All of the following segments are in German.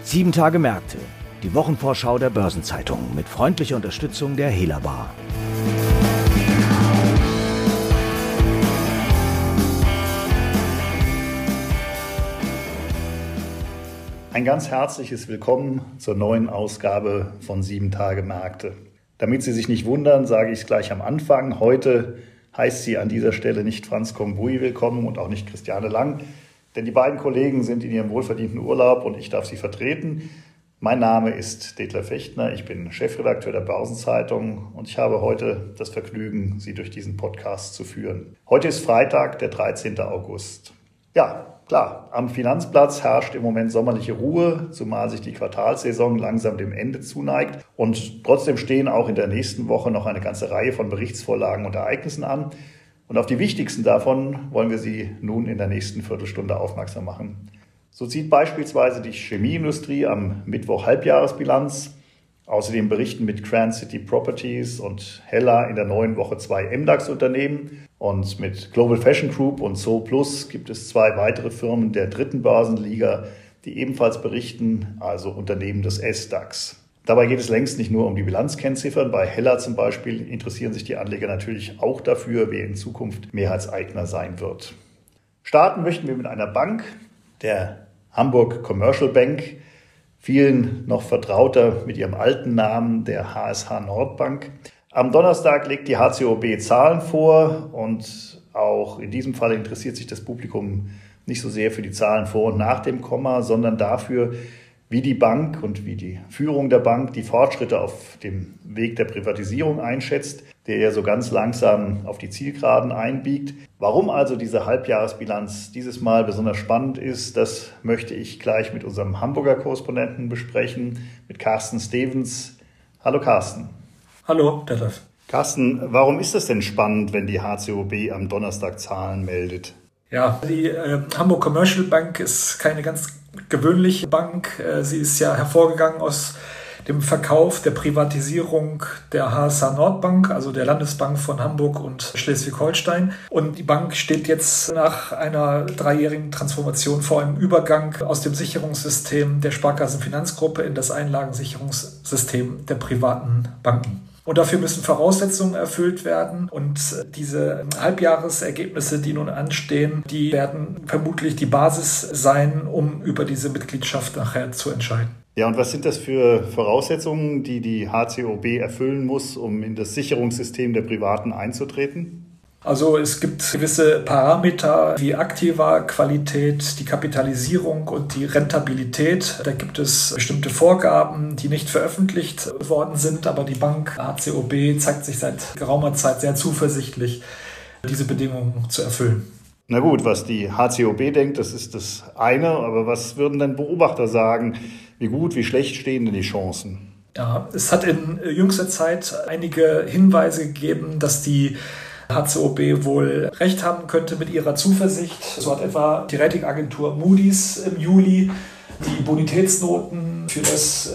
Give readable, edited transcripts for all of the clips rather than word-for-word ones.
7 Tage Märkte, die Wochenvorschau der Börsenzeitung mit freundlicher Unterstützung der Helabar. Ein ganz herzliches Willkommen zur neuen Ausgabe von 7 Tage Märkte. Damit Sie sich nicht wundern, sage ich es gleich am Anfang. Heute heißt sie an dieser Stelle nicht Franz Kongbui willkommen und auch nicht Christiane Lang, denn die beiden Kollegen sind in ihrem wohlverdienten Urlaub und ich darf sie vertreten. Mein Name ist Detlef Fechtner, ich bin Chefredakteur der Börsenzeitung und ich habe heute das Vergnügen, Sie durch diesen Podcast zu führen. Heute ist Freitag, der 13. August. Ja, klar, am Finanzplatz herrscht im Moment sommerliche Ruhe, zumal sich die Quartalssaison langsam dem Ende zuneigt. Und trotzdem stehen auch in der nächsten Woche noch eine ganze Reihe von Berichtsvorlagen und Ereignissen an. Und auf die wichtigsten davon wollen wir Sie nun in der nächsten Viertelstunde aufmerksam machen. So zieht beispielsweise die Chemieindustrie am Mittwoch Halbjahresbilanz. Außerdem berichten mit Grand City Properties und Hella in der neuen Woche 2 MDAX-Unternehmen. Und mit Global Fashion Group und Zooplus gibt es 2 weitere Firmen der dritten Börsenliga, die ebenfalls berichten, also Unternehmen des SDAX. Dabei geht es längst nicht nur um die Bilanzkennziffern. Bei Hella zum Beispiel interessieren sich die Anleger natürlich auch dafür, wer in Zukunft Mehrheitseigner sein wird. Starten möchten wir mit einer Bank, der Hamburg Commercial Bank, vielen noch vertrauter mit ihrem alten Namen, der HSH Nordbank. Am Donnerstag legt die HCOB Zahlen vor und auch in diesem Fall interessiert sich das Publikum nicht so sehr für die Zahlen vor und nach dem Komma, sondern dafür, wie die Bank und wie die Führung der Bank die Fortschritte auf dem Weg der Privatisierung einschätzt, der ja so ganz langsam auf die Zielgeraden einbiegt. Warum also diese Halbjahresbilanz dieses Mal besonders spannend ist, das möchte ich gleich mit unserem Hamburger Korrespondenten besprechen, mit Carsten Stevens. Hallo Carsten. Hallo, Detlef. Carsten, warum ist es denn spannend, wenn die HCOB am Donnerstag Zahlen meldet? Ja, die Hamburg Commercial Bank ist keine ganz gewöhnliche Bank. Sie ist ja hervorgegangen aus dem Verkauf der Privatisierung der HSH Nordbank, also der Landesbank von Hamburg und Schleswig-Holstein. Und die Bank steht jetzt nach einer 3-jährigen Transformation vor einem Übergang aus dem Sicherungssystem der Sparkassenfinanzgruppe in das Einlagensicherungssystem der privaten Banken. Und dafür müssen Voraussetzungen erfüllt werden. Und diese Halbjahresergebnisse, die nun anstehen, die werden vermutlich die Basis sein, um über diese Mitgliedschaft nachher zu entscheiden. Ja, und was sind das für Voraussetzungen, die die HCOB erfüllen muss, um in das Sicherungssystem der Privaten einzutreten? Also es gibt gewisse Parameter wie Aktiva, Qualität, die Kapitalisierung und die Rentabilität. Da gibt es bestimmte Vorgaben, die nicht veröffentlicht worden sind, aber die Bank HCOB zeigt sich seit geraumer Zeit sehr zuversichtlich, diese Bedingungen zu erfüllen. Na gut, was die HCOB denkt, das ist das eine, aber was würden denn Beobachter sagen? Wie gut, wie schlecht stehen denn die Chancen? Ja, es hat in jüngster Zeit einige Hinweise gegeben, dass die HCOB wohl recht haben könnte mit ihrer Zuversicht. So hat etwa die Ratingagentur Moody's im Juli die Bonitätsnoten für das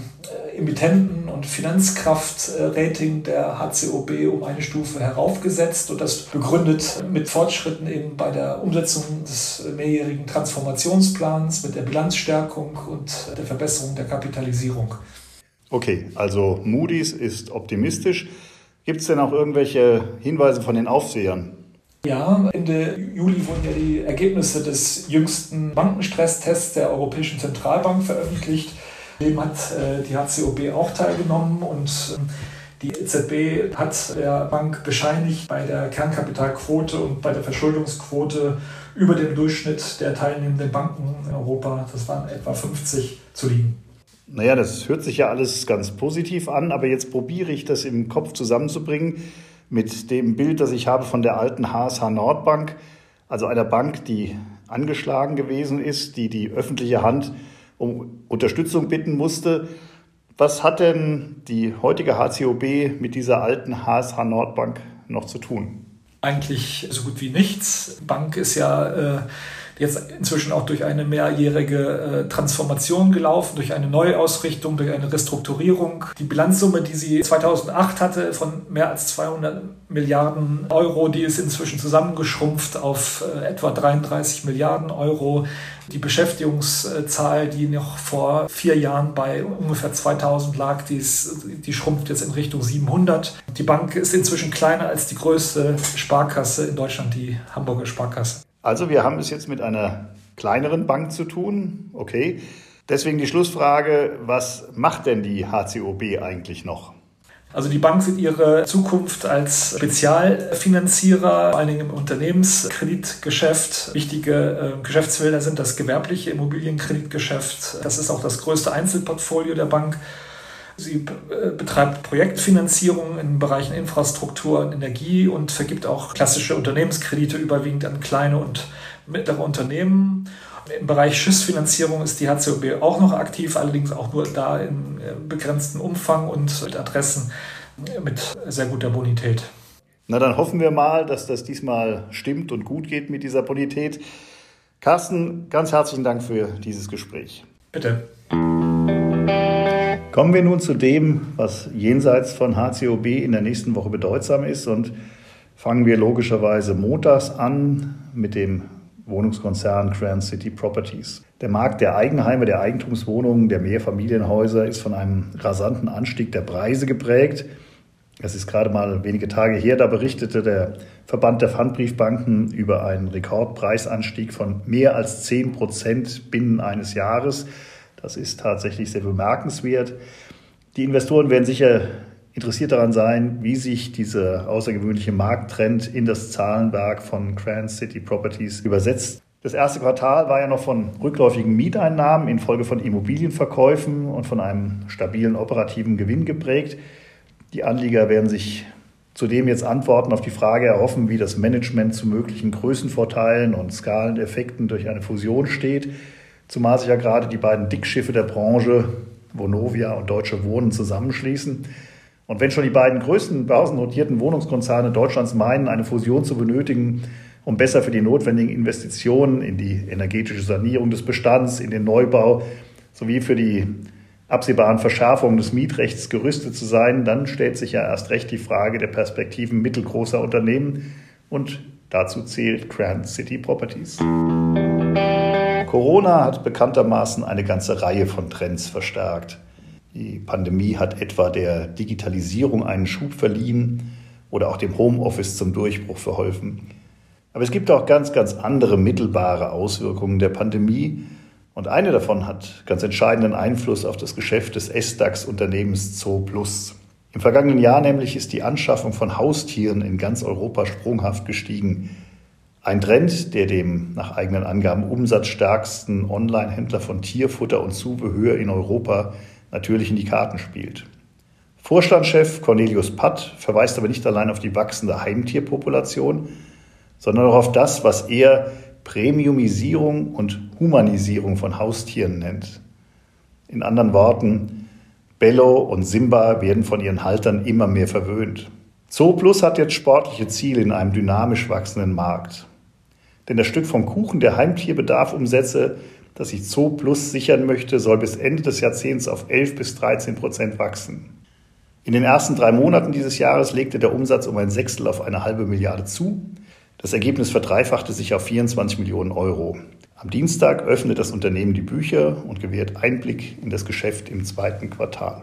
Emittenten- und Finanzkraftrating der HCOB um eine Stufe heraufgesetzt und das begründet mit Fortschritten eben bei der Umsetzung des mehrjährigen Transformationsplans, mit der Bilanzstärkung und der Verbesserung der Kapitalisierung. Okay, also Moody's ist optimistisch. Gibt es denn auch irgendwelche Hinweise von den Aufsehern? Ja, Ende Juli wurden ja die Ergebnisse des jüngsten Bankenstresstests der Europäischen Zentralbank veröffentlicht. Dem hat die HCOB auch teilgenommen und die EZB hat der Bank bescheinigt, bei der Kernkapitalquote und bei der Verschuldungsquote über dem Durchschnitt der teilnehmenden Banken in Europa, das waren etwa 50, zu liegen. Naja, das hört sich ja alles ganz positiv an, aber jetzt probiere ich das im Kopf zusammenzubringen mit dem Bild, das ich habe von der alten HSH Nordbank, also einer Bank, die angeschlagen gewesen ist, die die öffentliche Hand um Unterstützung bitten musste. Was hat denn die heutige HCOB mit dieser alten HSH Nordbank noch zu tun? Eigentlich so gut wie nichts. Bank ist ja jetzt inzwischen auch durch eine mehrjährige Transformation gelaufen, durch eine Neuausrichtung, durch eine Restrukturierung. Die Bilanzsumme, die sie 2008 hatte, von mehr als 200 Milliarden Euro, die ist inzwischen zusammengeschrumpft auf etwa 33 Milliarden Euro. Die Beschäftigungszahl, die noch vor 4 Jahren bei ungefähr 2000 lag, die schrumpft jetzt in Richtung 700. Die Bank ist inzwischen kleiner als die größte Sparkasse in Deutschland, die Hamburger Sparkasse. Also wir haben es jetzt mit einer kleineren Bank zu tun, okay. Deswegen die Schlussfrage, was macht denn die HCOB eigentlich noch? Also die Bank sieht ihre Zukunft als Spezialfinanzierer, vor allen Dingen im Unternehmenskreditgeschäft. Wichtige Geschäftsfelder sind das gewerbliche Immobilienkreditgeschäft. Das ist auch das größte Einzelportfolio der Bank. Sie betreibt Projektfinanzierung in Bereichen Infrastruktur und Energie und vergibt auch klassische Unternehmenskredite überwiegend an kleine und mittlere Unternehmen. Im Bereich Schiffsfinanzierung ist die HCOB auch noch aktiv, allerdings auch nur da in begrenztem Umfang und mit Adressen mit sehr guter Bonität. Na, dann hoffen wir mal, dass das diesmal stimmt und gut geht mit dieser Bonität. Carsten, ganz herzlichen Dank für dieses Gespräch. Bitte. Kommen wir nun zu dem, was jenseits von HCOB in der nächsten Woche bedeutsam ist, und fangen wir logischerweise montags an mit dem Wohnungskonzern Grand City Properties. Der Markt der Eigenheime, der Eigentumswohnungen, der Mehrfamilienhäuser ist von einem rasanten Anstieg der Preise geprägt. Es ist gerade mal wenige Tage her, da berichtete der Verband der Pfandbriefbanken über einen Rekordpreisanstieg von mehr als 10% binnen eines Jahres. Das ist tatsächlich sehr bemerkenswert. Die Investoren werden sicher interessiert daran sein, wie sich dieser außergewöhnliche Markttrend in das Zahlenwerk von Grand City Properties übersetzt. Das erste Quartal war ja noch von rückläufigen Mieteinnahmen infolge von Immobilienverkäufen und von einem stabilen operativen Gewinn geprägt. Die Anleger werden sich zudem jetzt Antworten auf die Frage erhoffen, wie das Management zu möglichen Größenvorteilen und Skaleneffekten durch eine Fusion steht, zumal sich ja gerade die beiden Dickschiffe der Branche, Vonovia und Deutsche Wohnen, zusammenschließen. Und wenn schon die beiden größten börsennotierten Wohnungskonzerne Deutschlands meinen, eine Fusion zu benötigen, um besser für die notwendigen Investitionen in die energetische Sanierung des Bestands, in den Neubau sowie für die absehbaren Verschärfungen des Mietrechts gerüstet zu sein, dann stellt sich ja erst recht die Frage der Perspektiven mittelgroßer Unternehmen, und dazu zählt Grand City Properties. Corona hat bekanntermaßen eine ganze Reihe von Trends verstärkt. Die Pandemie hat etwa der Digitalisierung einen Schub verliehen oder auch dem Homeoffice zum Durchbruch verholfen. Aber es gibt auch ganz andere mittelbare Auswirkungen der Pandemie, und eine davon hat ganz entscheidenden Einfluss auf das Geschäft des SDAX-Unternehmens Zooplus. Im vergangenen Jahr nämlich ist die Anschaffung von Haustieren in ganz Europa sprunghaft gestiegen. Ein Trend, der dem nach eigenen Angaben umsatzstärksten Online-Händler von Tierfutter und Zubehör in Europa natürlich in die Karten spielt. Vorstandschef Cornelius Patt verweist aber nicht allein auf die wachsende Heimtierpopulation, sondern auch auf das, was er Premiumisierung und Humanisierung von Haustieren nennt. In anderen Worten, Bello und Simba werden von ihren Haltern immer mehr verwöhnt. Zooplus hat jetzt sportliche Ziele in einem dynamisch wachsenden Markt. Denn das Stück vom Kuchen der Heimtierbedarfumsätze, das sich Zooplus sichern möchte, soll bis Ende des Jahrzehnts auf 11-13% wachsen. In den ersten 3 Monaten dieses Jahres legte der Umsatz um ein Sechstel auf eine halbe Milliarde zu. Das Ergebnis verdreifachte sich auf 24 Millionen Euro. Am Dienstag öffnet das Unternehmen die Bücher und gewährt Einblick in das Geschäft im 2. Quartal.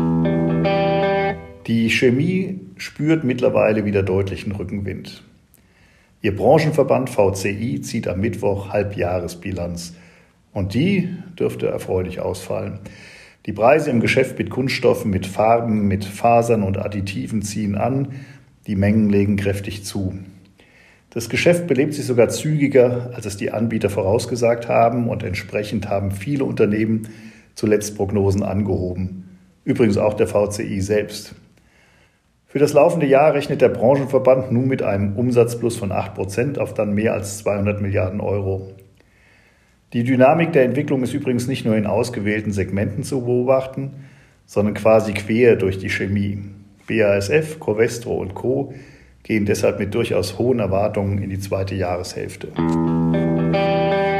Die Chemie spürt mittlerweile wieder deutlichen Rückenwind. Ihr Branchenverband VCI zieht am Mittwoch Halbjahresbilanz. Und die dürfte erfreulich ausfallen. Die Preise im Geschäft mit Kunststoffen, mit Farben, mit Fasern und Additiven ziehen an. Die Mengen legen kräftig zu. Das Geschäft belebt sich sogar zügiger, als es die Anbieter vorausgesagt haben, und entsprechend haben viele Unternehmen zuletzt Prognosen angehoben. Übrigens auch der VCI selbst. Für das laufende Jahr rechnet der Branchenverband nun mit einem Umsatzplus von 8% auf dann mehr als 200 Milliarden Euro. Die Dynamik der Entwicklung ist übrigens nicht nur in ausgewählten Segmenten zu beobachten, sondern quasi quer durch die Chemie. BASF, Covestro und Co. gehen deshalb mit durchaus hohen Erwartungen in die 2. Jahreshälfte.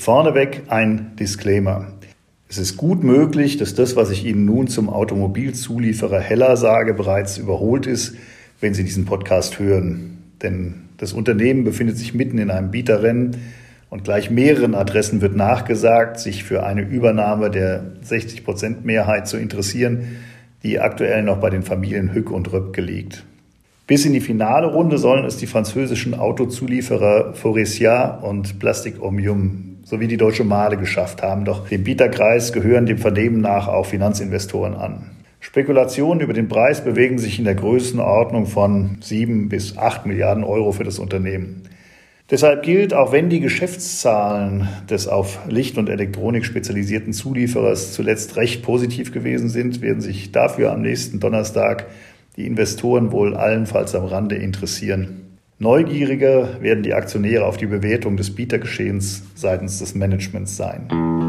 Vorneweg ein Disclaimer. Es ist gut möglich, dass das, was ich Ihnen nun zum Automobilzulieferer Hella sage, bereits überholt ist, wenn Sie diesen Podcast hören. Denn das Unternehmen befindet sich mitten in einem Bieterrennen und gleich mehreren Adressen wird nachgesagt, sich für eine Übernahme der 60% Mehrheit zu interessieren, die aktuell noch bei den Familien Hück und Röpke liegt. Bis in die finale Runde sollen es die französischen Autozulieferer Faurecia und Plastic Omnium sowie die Deutsche Mahle geschafft haben. Doch dem Bieterkreis gehören dem Vernehmen nach auch Finanzinvestoren an. Spekulationen über den Preis bewegen sich in der Größenordnung von 7 bis 8 Milliarden Euro für das Unternehmen. Deshalb gilt, auch wenn die Geschäftszahlen des auf Licht und Elektronik spezialisierten Zulieferers zuletzt recht positiv gewesen sind, werden sich dafür am nächsten Donnerstag die Investoren wohl allenfalls am Rande interessieren. Neugieriger werden die Aktionäre auf die Bewertung des Bietergeschehens seitens des Managements sein.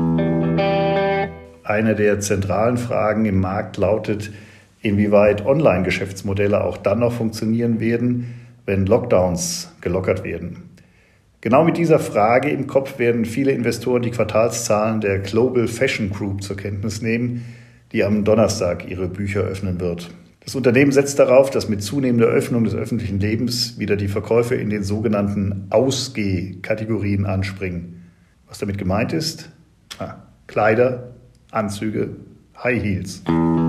Eine der zentralen Fragen im Markt lautet, inwieweit Online-Geschäftsmodelle auch dann noch funktionieren werden, wenn Lockdowns gelockert werden. Genau mit dieser Frage im Kopf werden viele Investoren die Quartalszahlen der Global Fashion Group zur Kenntnis nehmen, die am Donnerstag ihre Bücher öffnen wird. Das Unternehmen setzt darauf, dass mit zunehmender Öffnung des öffentlichen Lebens wieder die Verkäufe in den sogenannten Ausgeh-Kategorien anspringen. Was damit gemeint ist? Kleider, Anzüge, High Heels.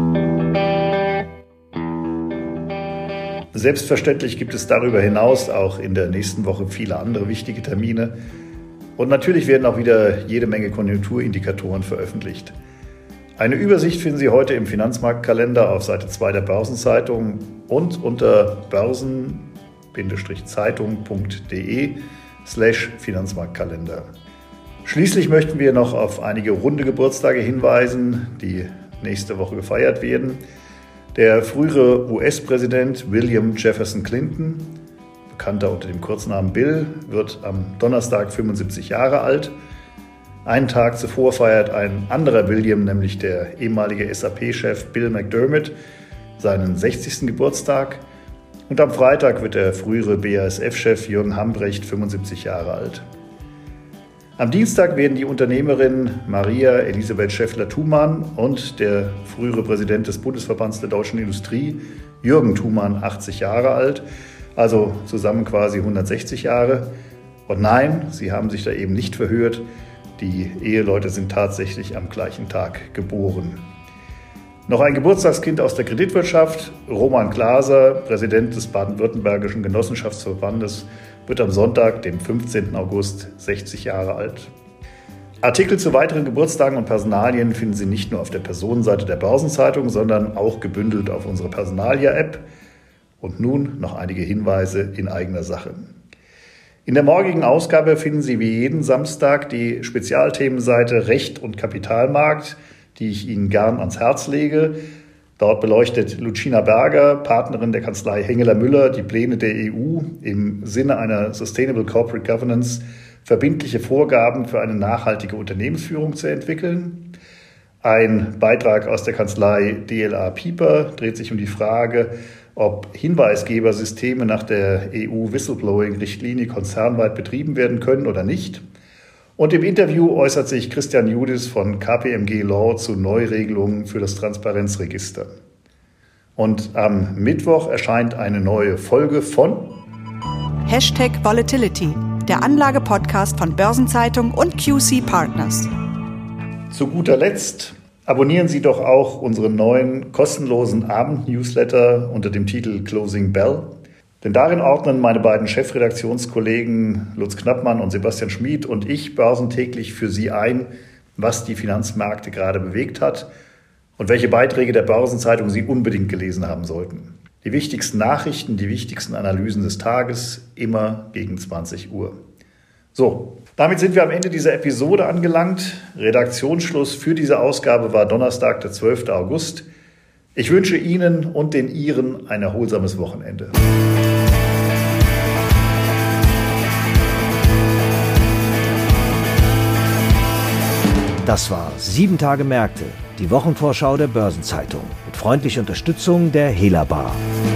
Selbstverständlich gibt es darüber hinaus auch in der nächsten Woche viele andere wichtige Termine. Und natürlich werden auch wieder jede Menge Konjunkturindikatoren veröffentlicht. Eine Übersicht finden Sie heute im Finanzmarktkalender auf Seite 2 der Börsenzeitung und unter börsen-zeitung.de/Finanzmarktkalender. Schließlich möchten wir noch auf einige runde Geburtstage hinweisen, die nächste Woche gefeiert werden. Der frühere US-Präsident William Jefferson Clinton, bekannter unter dem Kurznamen Bill, wird am Donnerstag 75 Jahre alt. Einen Tag zuvor feiert ein anderer William, nämlich der ehemalige SAP-Chef Bill McDermott, seinen 60. Geburtstag. Und am Freitag wird der frühere BASF-Chef Jürgen Hambrecht 75 Jahre alt. Am Dienstag werden die Unternehmerin Maria Elisabeth Schäffler-Thumann und der frühere Präsident des Bundesverbands der deutschen Industrie, Jürgen Thumann, 80 Jahre alt, also zusammen quasi 160 Jahre. Und nein, Sie haben sich da eben nicht verhört, die Eheleute sind tatsächlich am gleichen Tag geboren. Noch ein Geburtstagskind aus der Kreditwirtschaft, Roman Glaser, Präsident des Baden-Württembergischen Genossenschaftsverbandes, wird am Sonntag, dem 15. August, 60 Jahre alt. Artikel zu weiteren Geburtstagen und Personalien finden Sie nicht nur auf der Personenseite der Börsenzeitung, sondern auch gebündelt auf unserer Personalia-App. Und nun noch einige Hinweise in eigener Sache. In der morgigen Ausgabe finden Sie wie jeden Samstag die Spezialthemenseite Recht und Kapitalmarkt, die ich Ihnen gern ans Herz lege. Dort beleuchtet Lucina Berger, Partnerin der Kanzlei Hengeler Müller, die Pläne der EU im Sinne einer Sustainable Corporate Governance, verbindliche Vorgaben für eine nachhaltige Unternehmensführung zu entwickeln. Ein Beitrag aus der Kanzlei DLA Pieper dreht sich um die Frage, ob Hinweisgebersysteme nach der EU-Whistleblowing-Richtlinie konzernweit betrieben werden können oder nicht. Und im Interview äußert sich Christian Judis von KPMG Law zu Neuregelungen für das Transparenzregister. Und am Mittwoch erscheint eine neue Folge von #Volatility, der Anlage-Podcast von Börsenzeitung und QC Partners. Zu guter Letzt abonnieren Sie doch auch unseren neuen kostenlosen Abend-Newsletter unter dem Titel Closing Bell. Denn darin ordnen meine beiden Chefredaktionskollegen Lutz Knappmann und Sebastian Schmid und ich börsentäglich für Sie ein, was die Finanzmärkte gerade bewegt hat und welche Beiträge der Börsenzeitung Sie unbedingt gelesen haben sollten. Die wichtigsten Nachrichten, die wichtigsten Analysen des Tages, immer gegen 20 Uhr. So, damit sind wir am Ende dieser Episode angelangt. Redaktionsschluss für diese Ausgabe war Donnerstag, der 12. August. Ich wünsche Ihnen und den Ihren ein erholsames Wochenende. Das war 7 Tage Märkte, die Wochenvorschau der Börsenzeitung mit freundlicher Unterstützung der Hela Bar.